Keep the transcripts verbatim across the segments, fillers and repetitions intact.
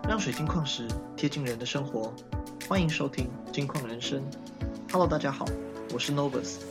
让水晶矿石贴近人的生活，欢迎收听晶矿人生。Hello， 大家好，我是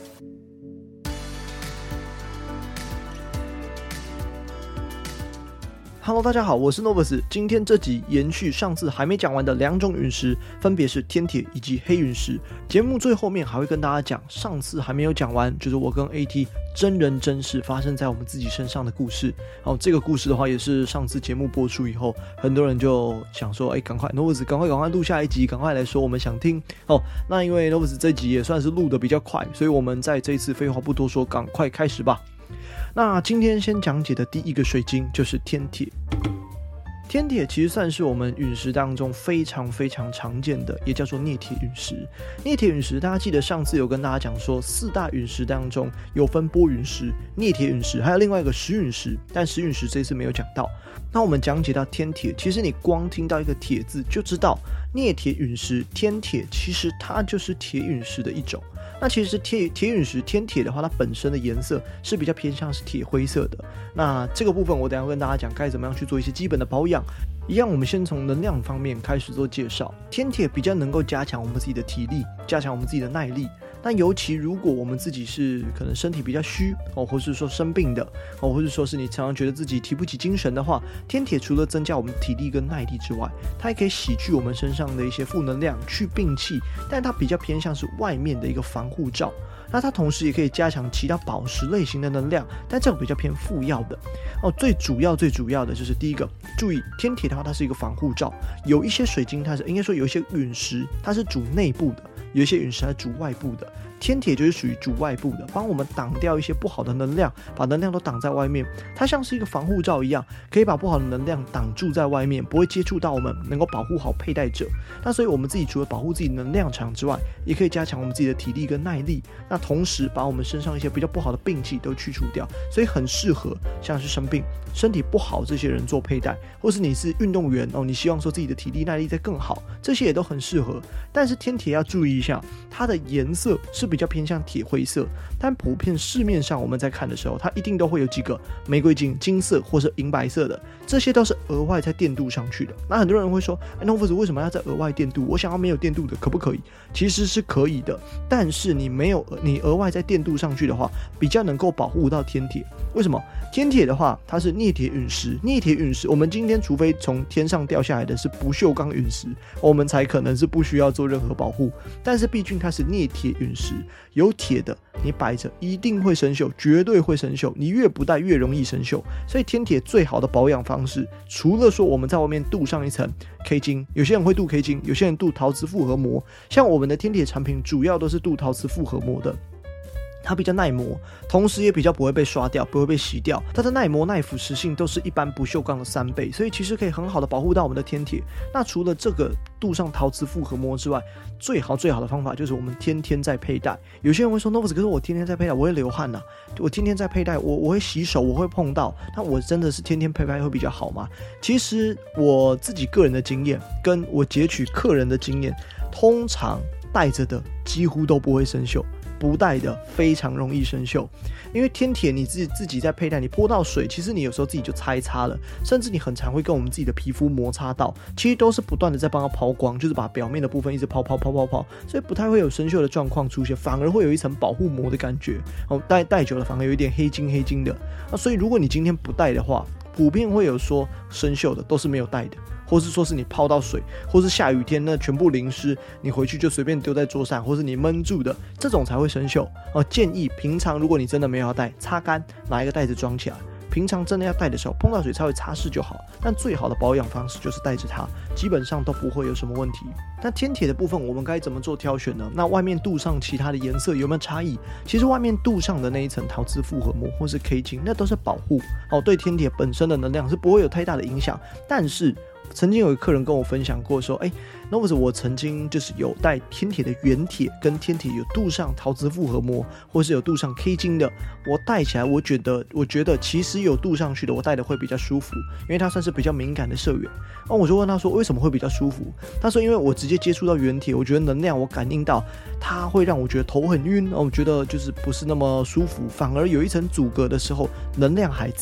Novus。Hello， 大家好，我是 Novus。今天这集延续上次还没讲完的两种陨石，分别是天铁以及黑陨石。节目最后面还会跟大家讲上次还没有讲完，就是我跟 A T 真人真事发生在我们自己身上的故事。哦，这个故事的话，也是上次节目播出以后，很多人就想说，哎，赶快 Novus， 赶快赶快录下一集，赶快来说我们想听。哦，那因为 Novus 这集也算是录的比较快，所以我们在这一次废话不多说，赶快开始吧。那今天先讲解的第一个水晶就是天铁。天铁其实算是我们陨石当中非常非常常见的，也叫做镍铁陨石。镍铁陨石大家记得上次有跟大家讲说，四大陨石当中有分波陨石、镍铁陨石，还有另外一个石陨石，但石陨石这次没有讲到。那我们讲解到天铁，其实你光听到一个铁字就知道，镍铁陨石、天铁其实它就是铁陨石的一种。那其实铁铁陨石天铁的话，它本身的颜色是比较偏向是铁灰色的。那这个部分我等一下会跟大家讲该怎么样去做一些基本的保养。一样，我们先从能量方面开始做介绍。天铁比较能够加强我们自己的体力，加强我们自己的耐力。但尤其如果我们自己是可能身体比较虚哦，或是说生病的哦，或是说是你常常觉得自己提不起精神的话，天铁除了增加我们体力跟耐力之外，它也可以洗去我们身上的一些负能量，去病气。但它比较偏向是外面的一个防护罩。那它同时也可以加强其他宝石类型的能量，但这种比较偏副药的哦。最主要最主要的就是第一个，注意天铁的话，它是一个防护罩。有一些水晶，它是应该说有一些陨石，它是主内部的；有一些陨石它是主外部的。天铁就是属于主外部的，帮我们挡掉一些不好的能量，把能量都挡在外面。它像是一个防护罩一样，可以把不好的能量挡住在外面，不会接触到我们，能够保护好佩戴者。那所以我们自己除了保护自己能量场之外，也可以加强我们自己的体力跟耐力。那同时把我们身上一些比较不好的病气都去除掉，所以很适合像是生病、身体不好这些人做佩戴，或是你是运动员哦，你希望说自己的体力耐力再更好，这些也都很适合。但是天铁要注意一下，它的颜色是比较偏向铁灰色，但普遍市面上我们在看的时候，它一定都会有几个玫瑰金、金色或是银白色的，这些都是额外在电镀上去的。那很多人会说，哎 Novus 为什么要再额外电镀？我想要没有电镀的，可不可以？其实是可以的，但是你没有你额外再电镀上去的话，比较能够保护到天铁。为什么？天铁的话，它是镍铁陨石，镍铁陨石，我们今天除非从天上掉下来的是不锈钢陨石，我们才可能是不需要做任何保护。但是毕竟它是镍铁陨石，有铁的，你摆着一定会生锈，绝对会生锈，你越不戴越容易生锈。所以天铁最好的保养方式，除了说我们在外面镀上一层 K 金，有些人会镀 K 金，有些人镀陶瓷复合膜，像我们的天铁产品主要都是镀陶瓷复合膜的。它比较耐磨，同时也比较不会被刷掉，不会被洗掉。它的耐磨耐腐蚀性都是一般不锈钢的三倍，所以其实可以很好的保护到我们的天铁。那除了这个镀上陶瓷复合膜之外，最好最好的方法就是我们天天在佩戴。有些人会说 Novus， 可是我天天在佩戴，我会流汗啊，我天天在佩戴，我我会洗手，我会碰到，那我真的是天天佩戴会比较好吗？其实我自己个人的经验，跟我截取客人的经验，通常戴着的几乎都不会生锈。不戴的非常容易生锈，因为天铁你自己自己在佩戴，你泼到水，其实你有时候自己就擦一擦了，甚至你很常会跟我们自己的皮肤摩擦到，其实都是不断的在帮它抛光，就是把表面的部分一直抛抛抛抛抛，所以不太会有生锈的状况出现，反而会有一层保护膜的感觉。哦，戴戴久了反而有一点黑金黑金的。那所以如果你今天不戴的话，普遍会有说生锈的，都是没有戴的。或是说是你泡到水，或是下雨天那全部淋湿，你回去就随便丢在桌上，或是你闷住的，这种才会生锈。哦，建议平常如果你真的没有要带，擦干，拿一个袋子装起来。平常真的要带的时候，碰到水稍微擦拭就好。但最好的保养方式就是带着它，基本上都不会有什么问题。那天铁的部分，我们该怎么做挑选呢？那外面镀上其他的颜色有没有差异？其实外面镀上的那一层陶瓷复合膜或是 K 金，那都是保护哦，对天铁本身的能量是不会有太大的影响。但是曾经有一个客人跟我分享过说，哎 Novus 我曾经就是有带天铁的原铁跟天铁有镀上陶瓷复合膜，或是有镀上 K 金的，我戴起来我觉得我觉得其实有镀上去的我戴的会比较舒服，因为它算是比较敏感的色源。哦，我就问他说为什么会比较舒服？他说因为我直接接触到原铁，我觉得能量我感应到它会让我觉得头很晕，哦，我觉得就是不是那么舒服，反而有一层阻隔的时候能量还在。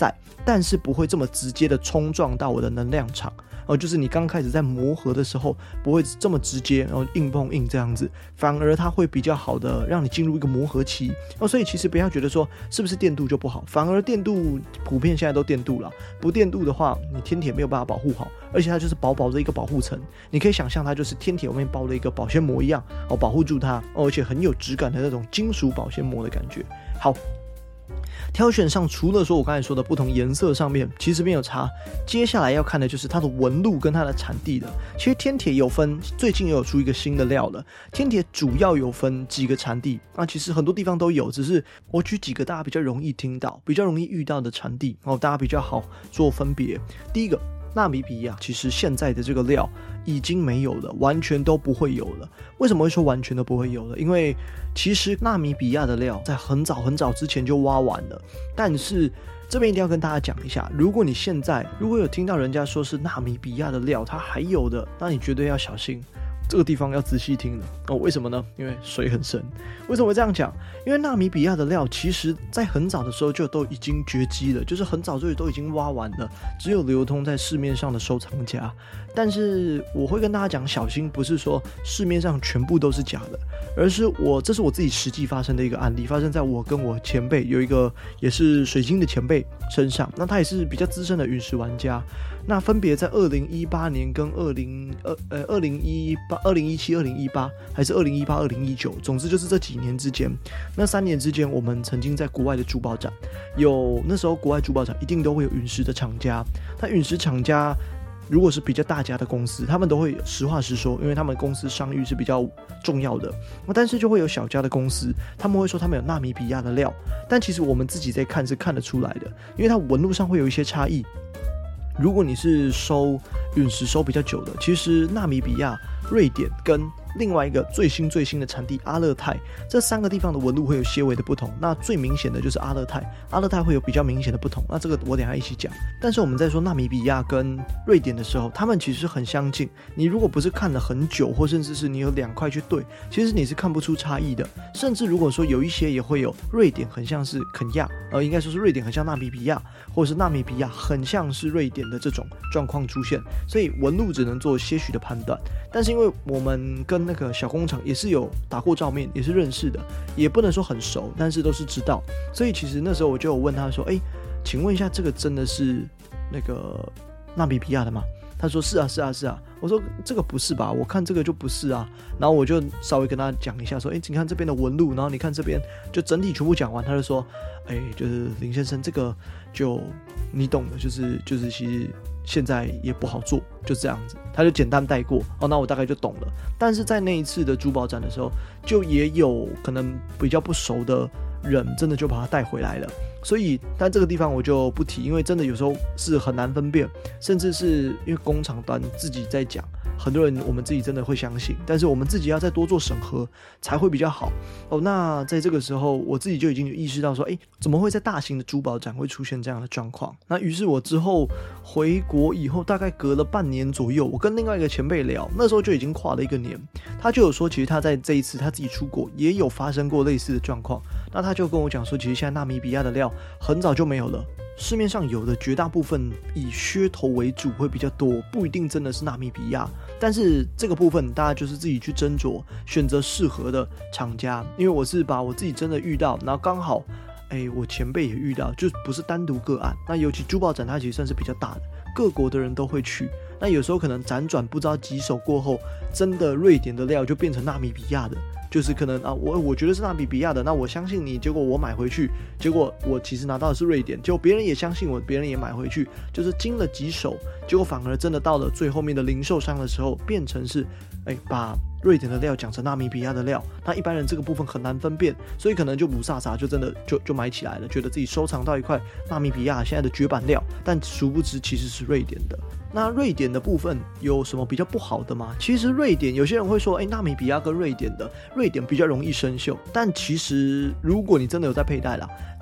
但是不会这么直接的冲撞到我的能量场。哦，就是你刚开始在磨合的时候不会这么直接，然后硬碰硬这样子，反而它会比较好的让你进入一个磨合期。哦，所以其实不要觉得说是不是电镀就不好，反而电镀普遍现在都电镀了，不电镀的话，你天铁没有办法保护好，而且它就是薄薄的一个保护层，你可以想象它就是天铁外面包了一个保鲜膜一样，哦，保护住它，哦，而且很有质感的那种金属保鲜膜的感觉。好。挑选上除了说我刚才说的不同颜色上面其实没有差，接下来要看的就是它的纹路跟它的产地的。其实天铁有分，最近也有出一个新的料了，天铁主要有分几个产地，那其实很多地方都有，只是我举几个大家比较容易听到比较容易遇到的产地，哦，大家比较好做分别。第一个纳米比亚，其实现在的这个料已经没有了，完全都不会有了。为什么会说完全都不会有了？因为其实纳米比亚的料在很早很早之前就挖完了，但是这边一定要跟大家讲一下，如果你现在如果有听到人家说是纳米比亚的料它还有的，那你绝对要小心，这个地方要仔细听了哦。为什么呢？因为水很深。为什么会这样讲？因为纳米比亚的料其实在很早的时候就都已经绝迹了，就是很早就都已经挖完了，只有流通在市面上的收藏家。但是我会跟大家讲小心，不是说市面上全部都是假的，而是我这是我自己实际发生的一个案例，发生在我跟我前辈有一个也是水晶的前辈身上，那他也是比较资深的陨石玩家，那分别在二零一八年跟二零呃呃二零一八、二零一七、二零一八还是二零一八、二零一九，总之就是这几年之间，那三年之间，我们曾经在国外的珠宝展，有那时候国外珠宝展一定都会有陨石的厂家，那陨石厂家如果是比较大家的公司，他们都会实话实说，因为他们公司商誉是比较重要的。但是就会有小家的公司，他们会说他们有纳米比亚的料，但其实我们自己在看是看得出来的，因为它纹路上会有一些差异。如果你是收陨石收比较久的，其实纳米比亚、瑞典跟另外一个最新最新的产地阿勒泰，这三个地方的纹路会有些微的不同。那最明显的就是阿勒泰，阿勒泰会有比较明显的不同。那这个我等一下一起讲。但是我们在说纳米比亚跟瑞典的时候，他们其实很相近。你如果不是看了很久，或甚至是你有两块去对，其实你是看不出差异的。甚至如果说有一些也会有瑞典很像是肯亚，呃，应该说是瑞典很像纳米比亚，或者是纳米比亚很像是瑞典的这种状况出现。所以纹路只能做些许的判断。但是因为我们跟那个小工厂也是有打过照面，也是认识的，也不能说很熟，但是都是知道。所以其实那时候我就有问他说：“哎，请问一下，这个真的是那个纳米比亚的吗？”他说：“是啊，是啊，是啊。”我说：“这个不是吧？我看这个就不是啊。”然后我就稍微跟他讲一下，说：“哎，你看这边的纹路，然后你看这边，就整体全部讲完。”他就说：“哎，就是林先生，这个就你懂的，就是就是其实。”现在也不好做，就这样子，他就简单带过哦，那我大概就懂了。但是在那一次的珠宝展的时候，就也有可能比较不熟的人，真的就把他带回来了。所以，但这个地方我就不提，因为真的有时候是很难分辨，甚至是因为工厂端自己在讲，很多人我们自己真的会相信，但是我们自己要再多做审核才会比较好哦。那在这个时候，我自己就已经有意识到说，哎，怎么会在大型的珠宝展会出现这样的状况？那于是我之后回国以后，大概隔了半年左右，我跟另外一个前辈聊，那时候就已经跨了一个年，他就有说，其实他在这一次他自己出国也有发生过类似的状况。那他就跟我讲说，其实现在纳米比亚的料很早就没有了。市面上有的绝大部分以噱头为主会比较多，不一定真的是纳米比亚，但是这个部分大家就是自己去斟酌，选择适合的厂家。因为我是把我自己真的遇到，然后刚好哎，我前辈也遇到，就不是单独个案。那尤其珠宝展它其实算是比较大的，各国的人都会去，那有时候可能辗转不知道几手过后，真的瑞典的料就变成纳米比亚的，就是可能啊，我我觉得是纳米比亚的，那我相信你，结果我买回去，结果我其实拿到的是瑞典，结果别人也相信我，别人也买回去，就是经了几手，结果反而真的到了最后面的零售商的时候，变成是哎把瑞典的料讲成纳米比亚的料，那一般人这个部分很难分辨，所以可能就不傻傻就真的就就买起来了，觉得自己收藏到一块纳米比亚现在的绝版料，但殊不知其实是瑞典的。那瑞典的部分有什么比较不好的吗？其实瑞典有些人会说，哎，纳米比亚跟瑞典的，瑞典比较容易生锈，但其实如果你真的有在佩戴啦，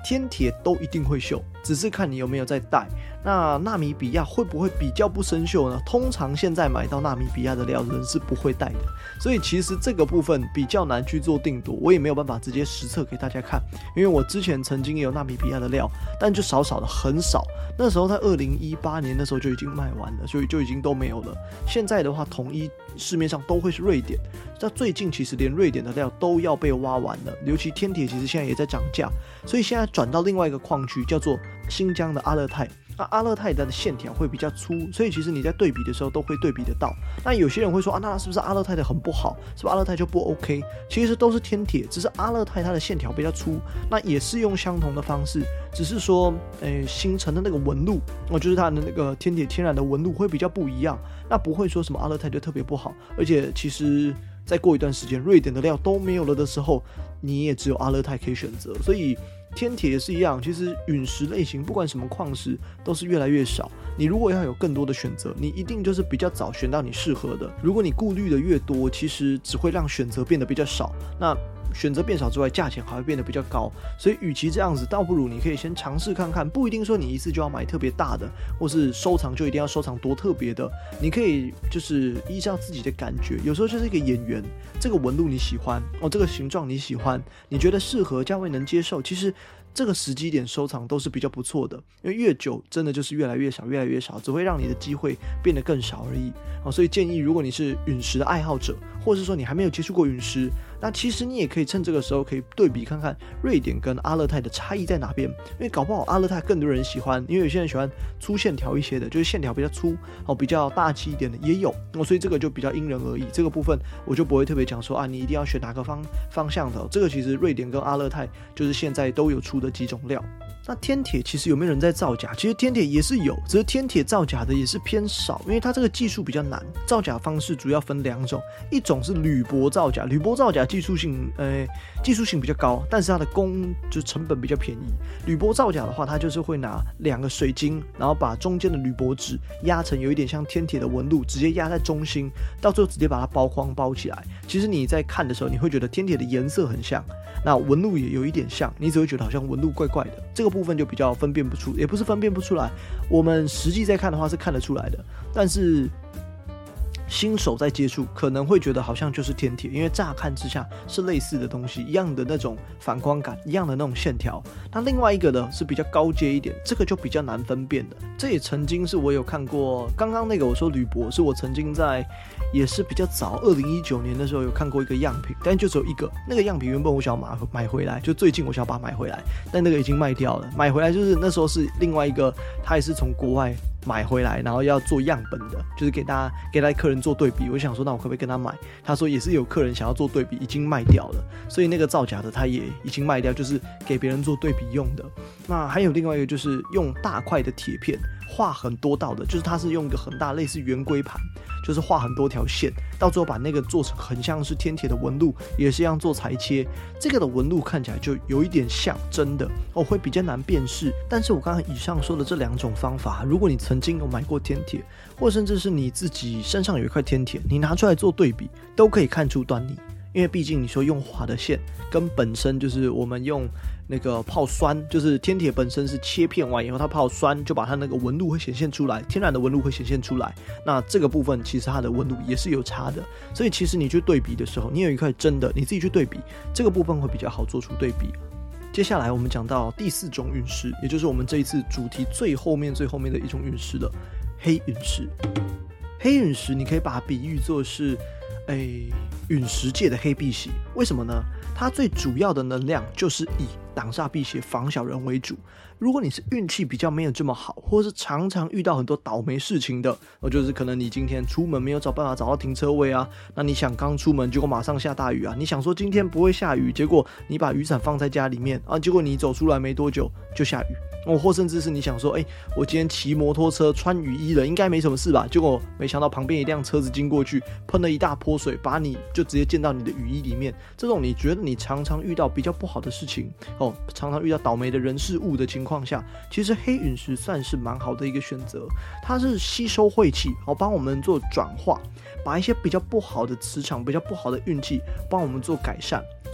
天铁都一定会锈，只是看你有没有在带。那纳米比亚会不会比较不生锈呢？通常现在买到纳米比亚的料人是不会带的，所以其实这个部分比较难去做定夺，我也没有办法直接实测给大家看，因为我之前曾经也有纳米比亚的料，但就少少的很少，那时候在二零一八年的时候就已经卖完了，所以就已经都没有了。现在的话，统一市面上都会是瑞典，那最近其实连瑞典的料都要被挖完了，尤其天铁其实现在也在涨价，所以现在转到另外一个矿区叫做新疆的阿勒泰。那阿勒泰的线条会比较粗，所以其实你在对比的时候都会对比得到。那有些人会说啊，那是不是阿勒泰的很不好？是不是阿勒泰就不 OK？ 其实都是天铁，只是阿勒泰它的线条比较粗，那也是用相同的方式，只是说，诶，形成的那个纹路，哦，就是它的那个天铁天然的纹路会比较不一样。那不会说什么阿勒泰就特别不好，而且其实再过一段时间，瑞典的料都没有了的时候，你也只有阿勒泰可以选择，所以。天铁也是一样，其实陨石类型不管什么矿石都是越来越少。你如果要有更多的选择，你一定就是比较早选到你适合的。如果你顾虑的越多，其实只会让选择变得比较少。那选择变少之外，价钱还会变得比较高。所以与其这样子，倒不如你可以先尝试看看，不一定说你一次就要买特别大的，或是收藏就一定要收藏多特别的。你可以就是依照自己的感觉，有时候就是一个眼缘，这个纹路你喜欢哦，这个形状你喜欢，你觉得适合，价位能接受，其实这个时机点收藏都是比较不错的。因为越久真的就是越来越少越来越少，只会让你的机会变得更少而已、哦、所以建议如果你是陨石的爱好者，或是说你还没有接触过陨石，那其实你也可以趁这个时候可以对比看看瑞典跟阿勒泰的差异在哪边。因为搞不好阿勒泰更多人喜欢，因为有些人喜欢粗线条一些的，就是线条比较粗、哦、比较大气一点的也有、哦、所以这个就比较因人而异。这个部分我就不会特别讲说啊，你一定要选哪个方方向的、哦、这个其实瑞典跟阿勒泰就是现在都有出的几种料。那天铁其实有没有人在造假？其实天铁也是有，只是天铁造假的也是偏少，因为它这个技术比较难。造假方式主要分两种，一种是铝箔造假，铝箔造假技术性，呃，技术性比较高，但是它的工就成本比较便宜。铝箔造假的话，它就是会拿两个水晶，然后把中间的铝箔纸压成有一点像天铁的纹路，直接压在中心，到最后直接把它包框包起来。其实你在看的时候，你会觉得天铁的颜色很像，那纹路也有一点像，你只会觉得好像纹路怪怪的。这个部分就比较分辨不出，也不是分辨不出来，我们实际在看的话是看得出来的，但是新手在接触可能会觉得好像就是天铁，因为乍看之下是类似的东西，一样的那种反光感，一样的那种线条。那另外一个呢是比较高阶一点，这个就比较难分辨的。这也曾经是我有看过，刚刚那个我说铝箔是我曾经在也是比较早二零一九年的时候有看过一个样品，但就只有一个。那个样品原本我想要买买回来，就最近我想要把它买回来，但那个已经卖掉了。买回来就是那时候是另外一个，他也是从国外买回来，然后要做样本的，就是给大家给他客人做对比。我想说，那我可不可以跟他买？他说也是有客人想要做对比，已经卖掉了，所以那个造假的他也已经卖掉，就是给别人做对比用的。那还有另外一个就是用大块的铁片画很多道的，就是它是用一个很大类似圆规盘，就是画很多条线，到最后把那个做成很像是天铁的纹路，也是一样做裁切。这个的纹路看起来就有一点像真的哦，会比较难辨识。但是我刚刚以上说的这两种方法，如果你曾经有买过天铁，或甚至是你自己身上有一块天铁，你拿出来做对比，都可以看出端倪。因为毕竟你说用画的线跟本身就是我们用那个泡酸，就是天铁本身是切片完以后它泡酸就把它那个纹路会显现出来，天然的纹路会显现出来，那这个部分其实它的纹路也是有差的。所以其实你去对比的时候，你有一块真的，你自己去对比，这个部分会比较好做出对比。接下来我们讲到第四种陨石，也就是我们这一次主题最后面最后面的一种陨石了，黑陨石。黑陨石你可以把它比喻作是诶，陨石界的黑碧玺。为什么呢？它最主要的能量就是以挡煞辟邪防小人为主。如果你是运气比较没有这么好，或是常常遇到很多倒霉事情的，就是可能你今天出门没有找办法找到停车位啊，那你想刚出门结果马上下大雨啊，你想说今天不会下雨，结果你把雨伞放在家里面啊，结果你走出来没多久就下雨。哦，或甚至是你想说，哎、欸，我今天骑摩托车穿雨衣了，应该没什么事吧？结果没想到旁边一辆车子经过去，喷了一大泼水，把你就直接溅到你的雨衣里面。这种你觉得你常常遇到比较不好的事情，哦，常常遇到倒霉的人事物的情况下，其实黑陨石算是蛮好的一个选择。它是吸收晦气，哦，帮我们做转化，把一些比较不好的磁场、比较不好的运气，帮我们做改善。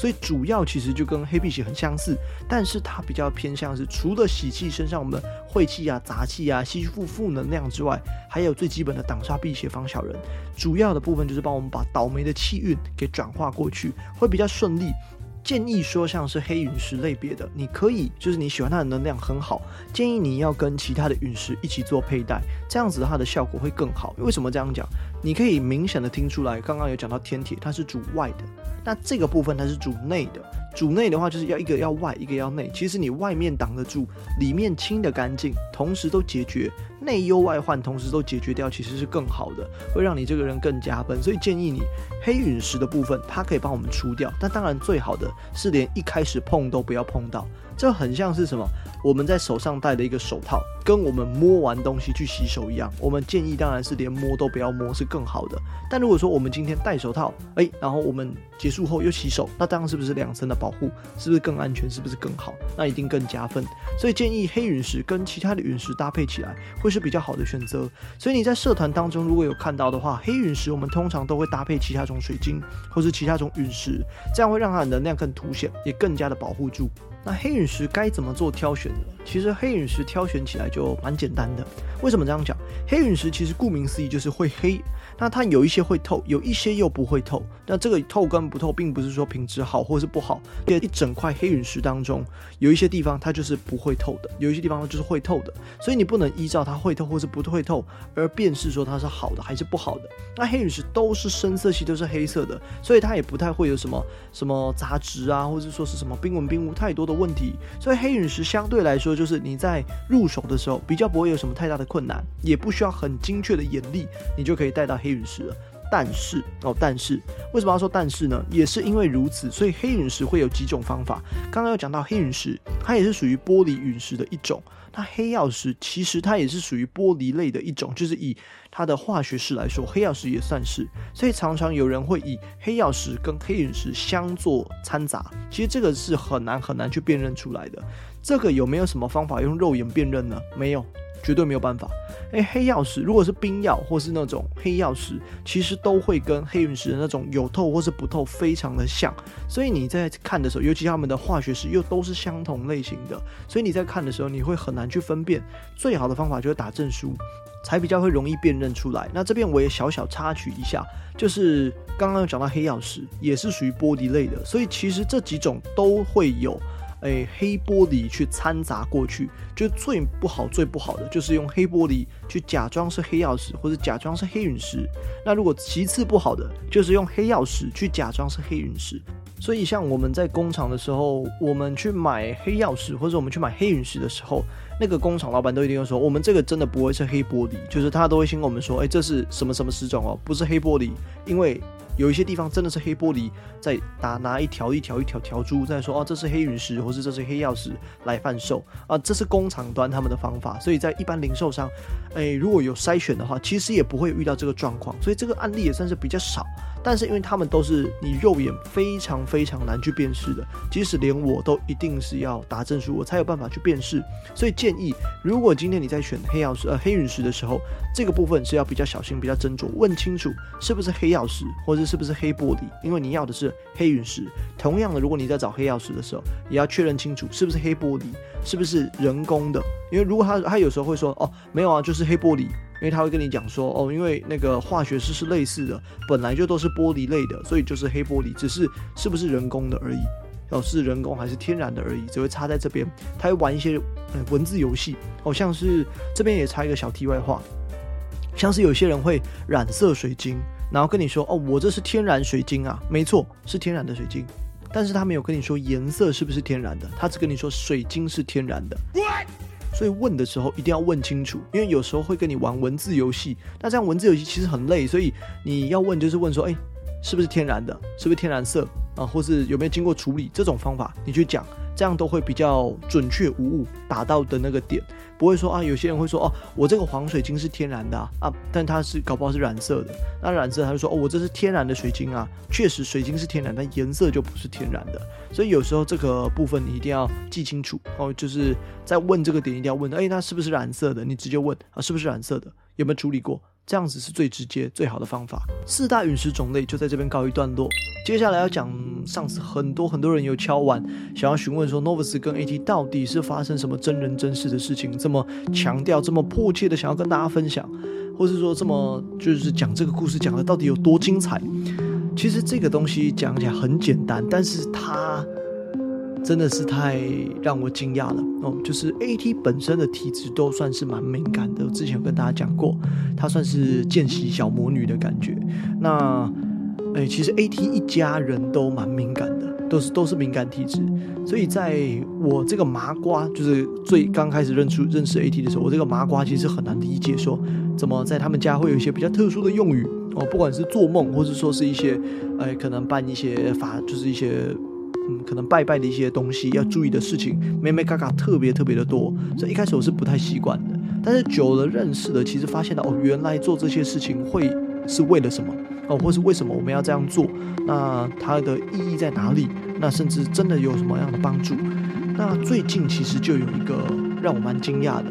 所以主要其实就跟黑碧玺很相似，但是它比较偏向是除了洗气身上我们晦气啊、杂气啊、吸附负能量之外，还有最基本的挡煞辟邪防小人，主要的部分就是帮我们把倒霉的气运给转化过去，会比较顺利。建议说像是黑陨石类别的，你可以就是你喜欢它的能量很好，建议你要跟其他的陨石一起做佩戴，这样子它的效果会更好。为什么这样讲？你可以明显的听出来，刚刚有讲到天铁它是主外的，那这个部分它是主内的。主内的话就是要一个要外，一个要内，其实你外面挡得住，里面清得干净，同时都解决，内忧外患同时都解决掉，其实是更好的，会让你这个人更加分。所以建议你黑陨石的部分它可以帮我们除掉，但当然最好的是连一开始碰都不要碰到。这很像是什么？我们在手上戴的一个手套，跟我们摸完东西去洗手一样。我们建议当然是连摸都不要摸是更好的。但如果说我们今天戴手套，哎，然后我们结束后又洗手，那当然是不是两层的保护？是不是更安全？是不是更好？那一定更加分。所以建议黑陨石跟其他的陨石搭配起来，会是比较好的选择。所以你在社团当中如果有看到的话，黑陨石我们通常都会搭配其他种水晶或是其他种陨石，这样会让它的能量更凸显，也更加的保护住。那黑陨石该怎么做挑选呢？其实黑陨石挑选起来就蛮简单的。为什么这样讲？黑陨石其实顾名思义就是会黑，那它有一些会透，有一些又不会透。那这个透跟不透并不是说品质好或是不好，因为一整块黑陨石当中有一些地方它就是不会透的，有一些地方它就是会透的，所以你不能依照它会透或是不会透而辨识说它是好的还是不好的。那黑陨石都是深色系，都是黑色的，所以它也不太会有什么什么杂质啊，或者说是什么冰纹冰污太多的问题。所以黑陨石相对来说就是你在入手的时候比较不会有什么太大的困难，也不需要很精确的眼力，你就可以带到黑陨石了。但是哦，但是为什么要说但是呢？也是因为如此，所以黑陨石会有几种方法。刚刚有讲到黑陨石，它也是属于玻璃陨石的一种。那黑曜石其实它也是属于玻璃类的一种，就是以它的化学式来说，黑曜石也算是。所以常常有人会以黑曜石跟黑陨石相做掺杂，其实这个是很难很难去辨认出来的。这个有没有什么方法用肉眼辨认呢？没有。绝对没有办法。哎，黑曜石如果是冰曜或是那种黑曜石，其实都会跟黑陨石的那种有透或是不透非常的像，所以你在看的时候，尤其他们的化学式又都是相同类型的，所以你在看的时候你会很难去分辨。最好的方法就是打证书，才比较会容易辨认出来。那这边我也小小插曲一下，就是刚刚有讲到黑曜石也是属于玻璃类的，所以其实这几种都会有诶黑玻璃去掺杂过去，就最不好最不好的就是用黑玻璃去假装是黑曜石或者假装是黑陨石。那如果其次不好的就是用黑曜石去假装是黑陨石。所以像我们在工厂的时候，我们去买黑曜石或者我们去买黑陨石的时候，那个工厂老板都一定会说，我们这个真的不会是黑玻璃，就是他都会先跟我们说，哎，这是什么什么石种哦，不是黑玻璃，因为有一些地方真的是黑玻璃，再打拿一条一条一条条珠，再说哦这是黑陨石或是这是黑曜石来贩售啊，这是工厂端他们的方法。所以在一般零售商，哎，如果有筛选的话，其实也不会遇到这个状况，所以这个案例也算是比较少。但是因为他们都是你肉眼非常非常难去辨识的，即使连我都一定是要打证书我才有办法去辨识。所以建议，如果今天你在选黑曜石呃黑陨石的时候，这个部分是要比较小心比较斟酌，问清楚是不是黑曜石或者是不是黑玻璃，因为你要的是黑陨石。同样的，如果你在找黑曜石的时候，也要确认清楚是不是黑玻璃，是不是人工的。因为如果他他有时候会说哦没有啊就是黑玻璃，因为他会跟你讲说哦，因为那个化学式是类似的，本来就都是玻璃类的，所以就是黑玻璃，只是是不是人工的而已，哦是人工还是天然的而已，只会差在这边。他会玩一些、嗯、文字游戏，哦像是这边也插一个小题外话，像是有些人会染色水晶，然后跟你说哦我这是天然水晶啊，没错是天然的水晶，但是他没有跟你说颜色是不是天然的，他只跟你说水晶是天然的。What?所以问的时候一定要问清楚，因为有时候会跟你玩文字游戏，那这样文字游戏其实很累，所以你要问就是问说，哎，是不是天然的，是不是天然色啊，或是有没有经过处理，这种方法你去讲，这样都会比较准确无误，打到的那个点，不会说啊，有些人会说哦，我这个黄水晶是天然的 啊, 啊但它是搞不好是染色的，那染色他就说哦，我这是天然的水晶啊，确实水晶是天然，但颜色就不是天然的，所以有时候这个部分你一定要记清楚哦，就是在问这个点一定要问，哎，那是不是染色的？你直接问啊，是不是染色的？有没有处理过？ 这样子是最直接最好的方法。四大陨石种类就在这边告一段落。接下来要讲上次很多很多人有敲碗想要询问说 Novus 跟 A T 到底是发生什么真人真事的事情，这么强调这么迫切的想要跟大家分享，或是说这么就是讲这个故事讲的到底有多精彩。其实这个东西讲起来很简单，但是它真的是太让我惊讶了、哦、就是 A T 本身的体质都算是蛮敏感的，我之前有跟大家讲过，它算是见习小魔女的感觉。那欸、其实 A T 一家人都蛮敏感的，都是都是敏感体质，所以在我这个麻瓜，就是最刚开始认出认识 A T 的时候，我这个麻瓜其实很难理解说怎么在他们家会有一些比较特殊的用语哦，不管是做梦，或者说是一些呃可能办一些法，就是一些嗯可能拜拜的一些东西要注意的事情，妹妹嘎嘎特别特别的多，所以一开始我是不太习惯的，但是久了认识了，其实发现到哦，原来做这些事情会是为了什么。哦，或是为什么我们要这样做？那它的意义在哪里？那甚至真的有什么样的帮助？那最近其实就有一个让我蛮惊讶的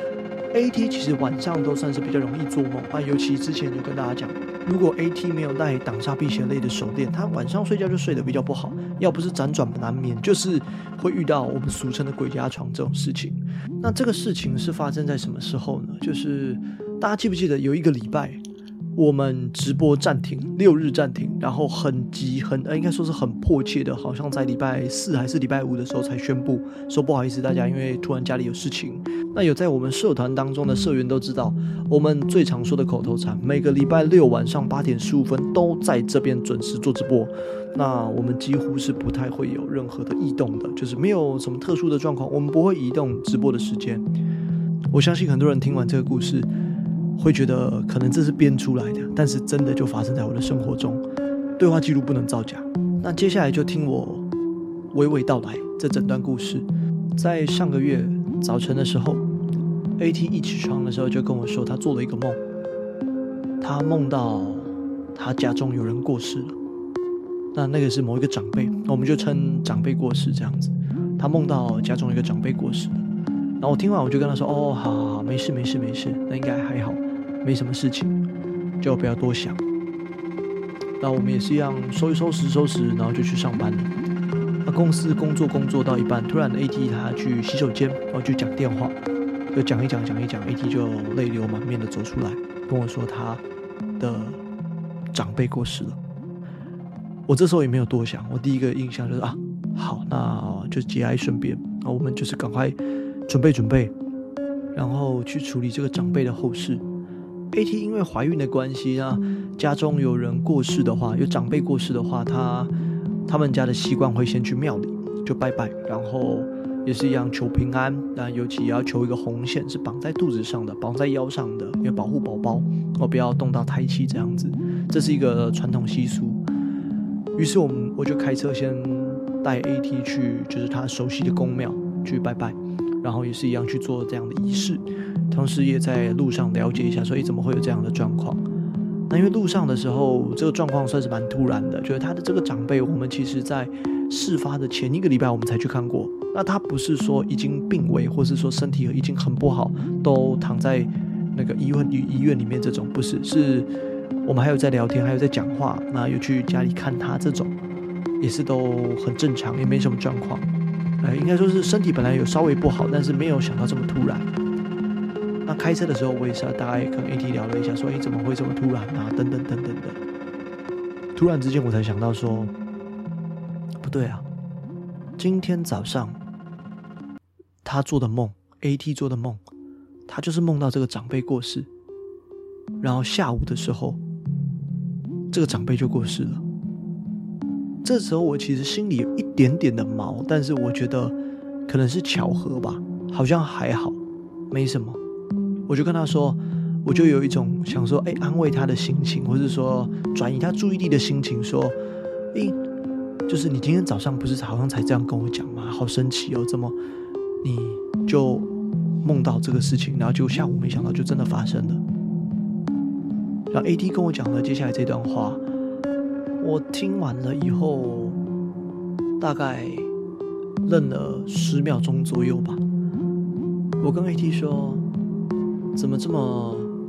，A T 其实晚上都算是比较容易做梦啊，尤其之前就跟大家讲，如果 A T 没有带挡煞辟邪类的手链，他晚上睡觉就睡得比较不好，要不是辗转难眠，就是会遇到我们俗称的鬼压床这种事情。那这个事情是发生在什么时候呢？就是大家记不记得有一个礼拜？我们直播暂停，六日暂停，然后很急很呃，应该说是很迫切的，好像在礼拜四还是礼拜五的时候才宣布说不好意思大家，因为突然家里有事情。那有在我们社团当中的社员都知道，我们最常说的口头禅，每个礼拜六晚上八点十五分都在这边准时做直播。那我们几乎是不太会有任何的异动的，就是没有什么特殊的状况，我们不会移动直播的时间。我相信很多人听完这个故事会觉得可能这是编出来的，但是真的就发生在我的生活中，对话记录不能造假。那接下来就听我娓娓道来这整段故事。在上个月早晨的时候 A T 一起床的时候就跟我说他做了一个梦，他梦到他家中有人过世了，那那个是某一个长辈，我们就称长辈过世这样子。他梦到家中有一个长辈过世了，然后我听完我就跟他说，哦，好好好，没事没事没事，那应该还好，没什么事情，就不要多想。那我们也是一样收一收拾收拾，然后就去上班了。那公司工作工作到一半，突然 A T 他去洗手间，然后就讲电话，就讲一讲讲一讲 ，A T 就泪流满面的走出来，跟我说他的长辈过世了。我这时候也没有多想，我第一个印象就是啊，好，那就节哀顺变，那我们就是赶快准备准备，然后去处理这个长辈的后事。A T 因为怀孕的关系啊，家中有人过世的话，有长辈过世的话，他他们家的习惯会先去庙里就拜拜，然后也是一样求平安，那尤其也要求一个红线是绑在肚子上的，绑在腰上的，因为保护宝宝，哦，不要动到胎气这样子，这是一个传统习俗。于是我们我就开车先带 A T 去就是他熟悉的宫庙去拜拜，然后也是一样去做这样的仪式，同时也在路上了解一下说，诶，怎么会有这样的状况。那因为路上的时候这个状况算是蛮突然的，就是他的这个长辈我们其实在事发的前一个礼拜我们才去看过，那他不是说已经病危或是说身体已经很不好都躺在那个医院医院里面，这种不是，是我们还有在聊天还有在讲话，那有去家里看他，这种也是都很正常，也没什么状况。呃，应该说是身体本来有稍微不好，但是没有想到这么突然。那开车的时候我也是大概跟 A T 聊了一下说，诶，怎么会这么突然啊，等等等等的。突然之间我才想到说，不对啊，今天早上他做的梦 A T 做的梦，他就是梦到这个长辈过世，然后下午的时候这个长辈就过世了。这时候我其实心里有一点点的毛，但是我觉得可能是巧合吧，好像还好，没什么。我就跟他说，我就有一种想说，哎，安慰他的心情，或者说转移他注意力的心情，说，哎，就是你今天早上不是好像才这样跟我讲吗？好神奇哦，怎么你就梦到这个事情，然后就下午没想到就真的发生了。然后 A T 跟我讲了接下来这段话，我听完了以后大概愣了十秒钟左右吧。我跟 A T 说，怎么这么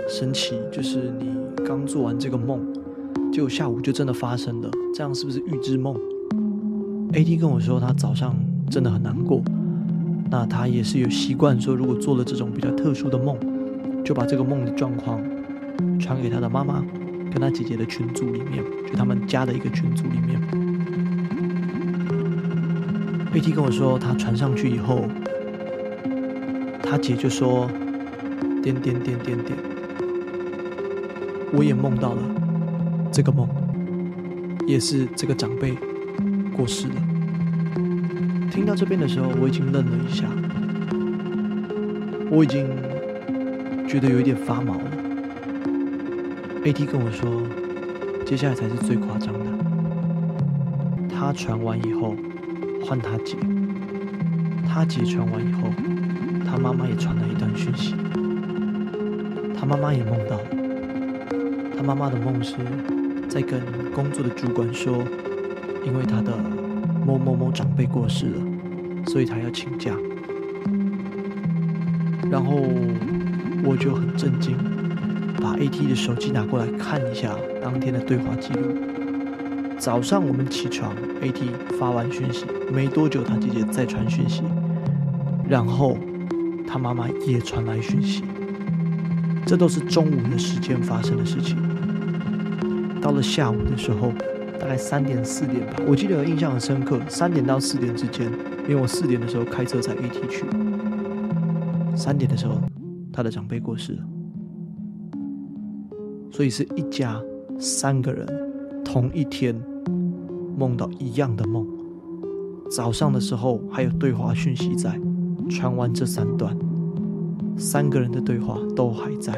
神奇，就是你刚做完这个梦，结果下午就真的发生了，这样是不是预知梦？ A T 跟我说他早上真的很难过，那他也是有习惯说，如果做了这种比较特殊的梦，就把这个梦的状况传给他的妈妈跟他姐姐的群组里面，就他们家的一个群组里面。A T 跟我说他传上去以后，他姐就说点点点点点，我也梦到了这个梦，也是这个长辈过世了。听到这边的时候，我已经愣了一下，我已经觉得有一点发毛了。A T 跟我说，接下来才是最夸张的。他传完以后，换他姐，他姐传完以后，他妈妈也传了一段讯息。他妈妈也梦到了，他妈妈的梦是在跟工作的主管说，因为他的某某某长辈过世了，所以他要请假。然后我就很震惊，把 A T 的手机拿过来看一下当天的对话记录。早上我们起床 ，A T 发完讯息，没多久他姐姐再传讯息，然后他妈妈也传来讯息，这都是中午的时间发生的事情。到了下午的时候，大概三点四点吧，我记得印象很深刻，三点到四点之间，因为我四点的时候开车载 A T 去。三点的时候，他的长辈过世了，所以是一家三个人同一天梦到一样的梦。早上的时候还有对话讯息在，传完这三段，三个人的对话都还在。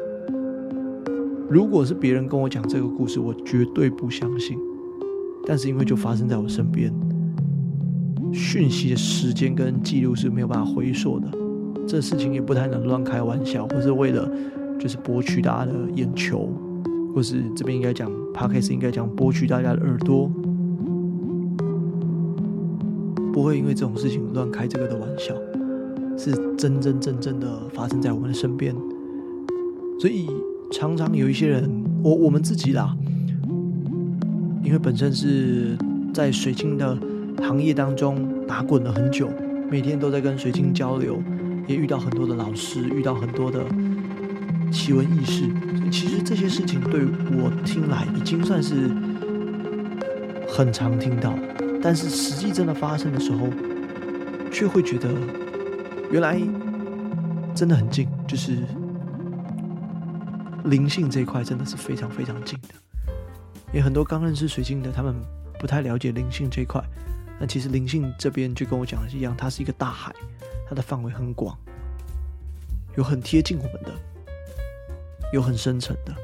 如果是别人跟我讲这个故事，我绝对不相信。但是因为就发生在我身边，讯息的时间跟记录是没有办法回溯的，这事情也不太能乱开玩笑，或是为了就是博取大家的眼球，或是这边应该讲 Podcast 应该讲博取大家的耳朵，不会因为这种事情乱开这个的玩笑，是真真正正的发生在我们的身边。所以常常有一些人，我我们自己啦，因为本身是在水晶的行业当中打滚了很久，每天都在跟水晶交流，也遇到很多的老师，遇到很多的奇闻异事，所以其实这些事情对我听来已经算是很常听到，但是实际真的发生的时候，却会觉得原来真的很近，就是灵性这一块真的是非常非常近的。也很多刚认识水晶的，他们不太了解灵性这一块。那其实灵性这边就跟我讲的是一样，它是一个大海，它的范围很广，有很贴近我们的，有很深沉的，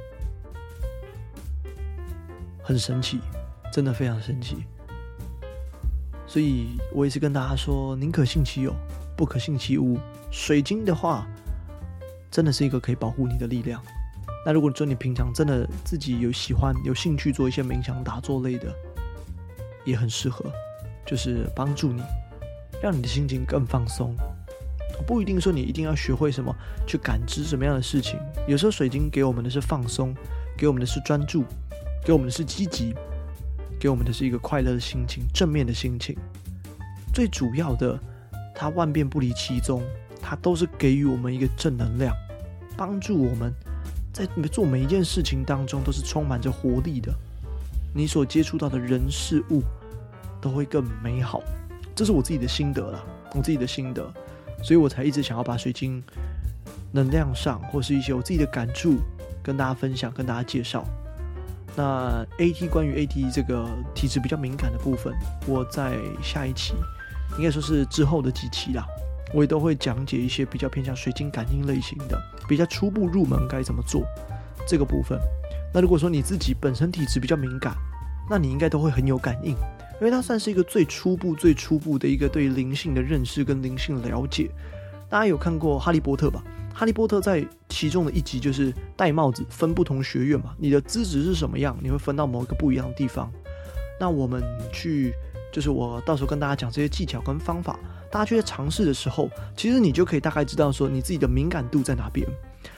很神奇，真的非常神奇。所以我也是跟大家说，宁可信其有，不可信其无。水晶的话，真的是一个可以保护你的力量。那如果说你平常真的自己有喜欢有兴趣做一些冥想打坐类的，也很适合，就是帮助你让你的心情更放松。不一定说你一定要学会什么去感知什么样的事情，有时候水晶给我们的是放松，给我们的是专注，给我们的是积极，给我们的是一个快乐的心情，正面的心情。最主要的，它万变不离其宗，它都是给予我们一个正能量，帮助我们在做每一件事情当中都是充满着活力的，你所接触到的人事物都会更美好。这是我自己的心得啦，我自己的心得，所以我才一直想要把水晶能量上或是一些我自己的感触跟大家分享，跟大家介绍。那 A T 关于 A T 这个体质比较敏感的部分，我在下一期应该说是之后的几期啦，我也都会讲解一些比较偏向水晶感应类型的，比较初步入门该怎么做这个部分。那如果说你自己本身体质比较敏感，那你应该都会很有感应，因为它算是一个最初步最初步的一个对灵性的认识跟灵性了解。大家有看过哈利波特吧？哈利波特在其中的一集就是戴帽子分不同学院嘛，你的资质是什么样，你会分到某一个不一样的地方。那我们去就是我到时候跟大家讲这些技巧跟方法，大家去尝试的时候，其实你就可以大概知道说你自己的敏感度在哪边。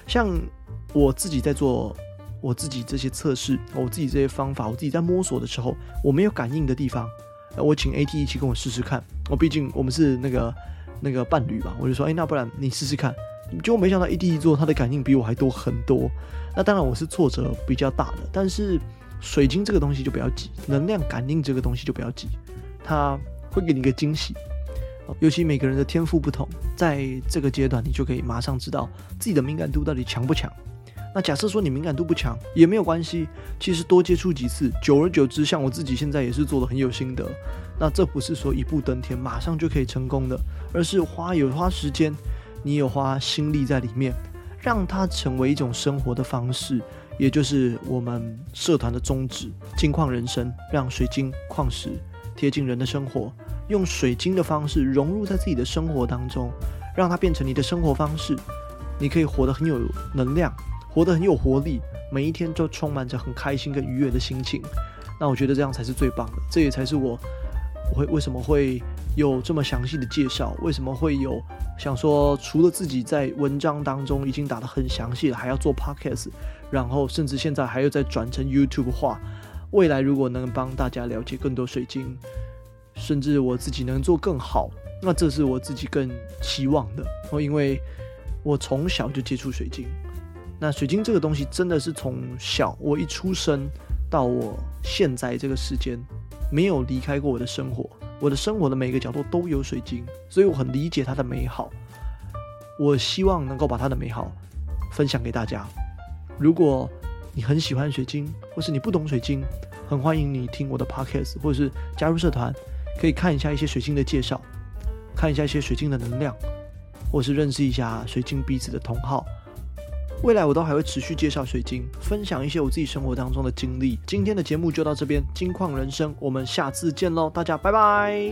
像我自己在做我自己这些测试，我自己这些方法，我自己在摸索的时候，我没有感应的地方，我请 A T 一起跟我试试看。我毕竟我们是那个那个伴侣吧，我就说，哎，那不然你试试看。结果没想到 A T 一做他的感应比我还多很多。那当然我是挫折比较大的，但是水晶这个东西就不要急，能量感应这个东西就不要急，它会给你一个惊喜。尤其每个人的天赋不同，在这个阶段你就可以马上知道自己的敏感度到底强不强。那假设说你敏感度不强也没有关系，其实多接触几次，久而久之，像我自己现在也是做得很有心得。那这不是说一步登天马上就可以成功的，而是花有花时间，你有花心力在里面，让它成为一种生活的方式，也就是我们社团的宗旨，金矿人生，让水晶矿石贴近人的生活，用水晶的方式融入在自己的生活当中，让它变成你的生活方式，你可以活得很有能量，活得很有活力，每一天都充满着很开心跟愉悦的心情。那我觉得这样才是最棒的，这也才是我我会为什么会有这么详细的介绍，为什么会有想说除了自己在文章当中已经打得很详细了，还要做 podcast， 然后甚至现在还要再转成 YouTube 化。未来如果能帮大家了解更多水晶，甚至我自己能做更好，那这是我自己更期望的。因为我从小就接触水晶，那水晶这个东西真的是从小我一出生到我现在这个时间没有离开过我的生活，我的生活的每个角落都有水晶，所以我很理解它的美好，我希望能够把它的美好分享给大家。如果你很喜欢水晶，或是你不懂水晶，很欢迎你听我的 podcast， 或者是加入社团，可以看一下一些水晶的介绍，看一下一些水晶的能量，或是认识一下水晶彼此的同好。未来我都还会持续介绍水晶，分享一些我自己生活当中的经历。今天的节目就到这边，金矿人生，我们下次见咯，大家拜拜。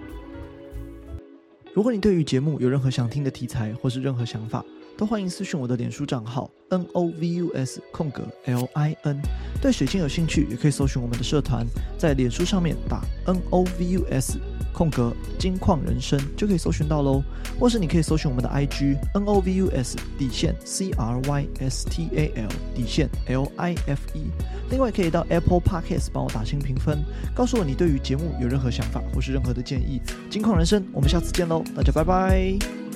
如果你对于节目有任何想听的题材或是任何想法，都欢迎私讯我的脸书账号 N O V U S 空格 L I N。 对水晶有兴趣也可以搜寻我们的社团，在脸书上面打 N O V U S 空格金矿人生就可以搜寻到咯，或是你可以搜寻我们的 I G N O V U S 底线 C R Y S T A L 底线 L I F E。 另外可以到 Apple Podcast 帮我打星评分，告诉我你对于节目有任何想法或是任何的建议。金矿人生，我们下次见咯，大家拜拜。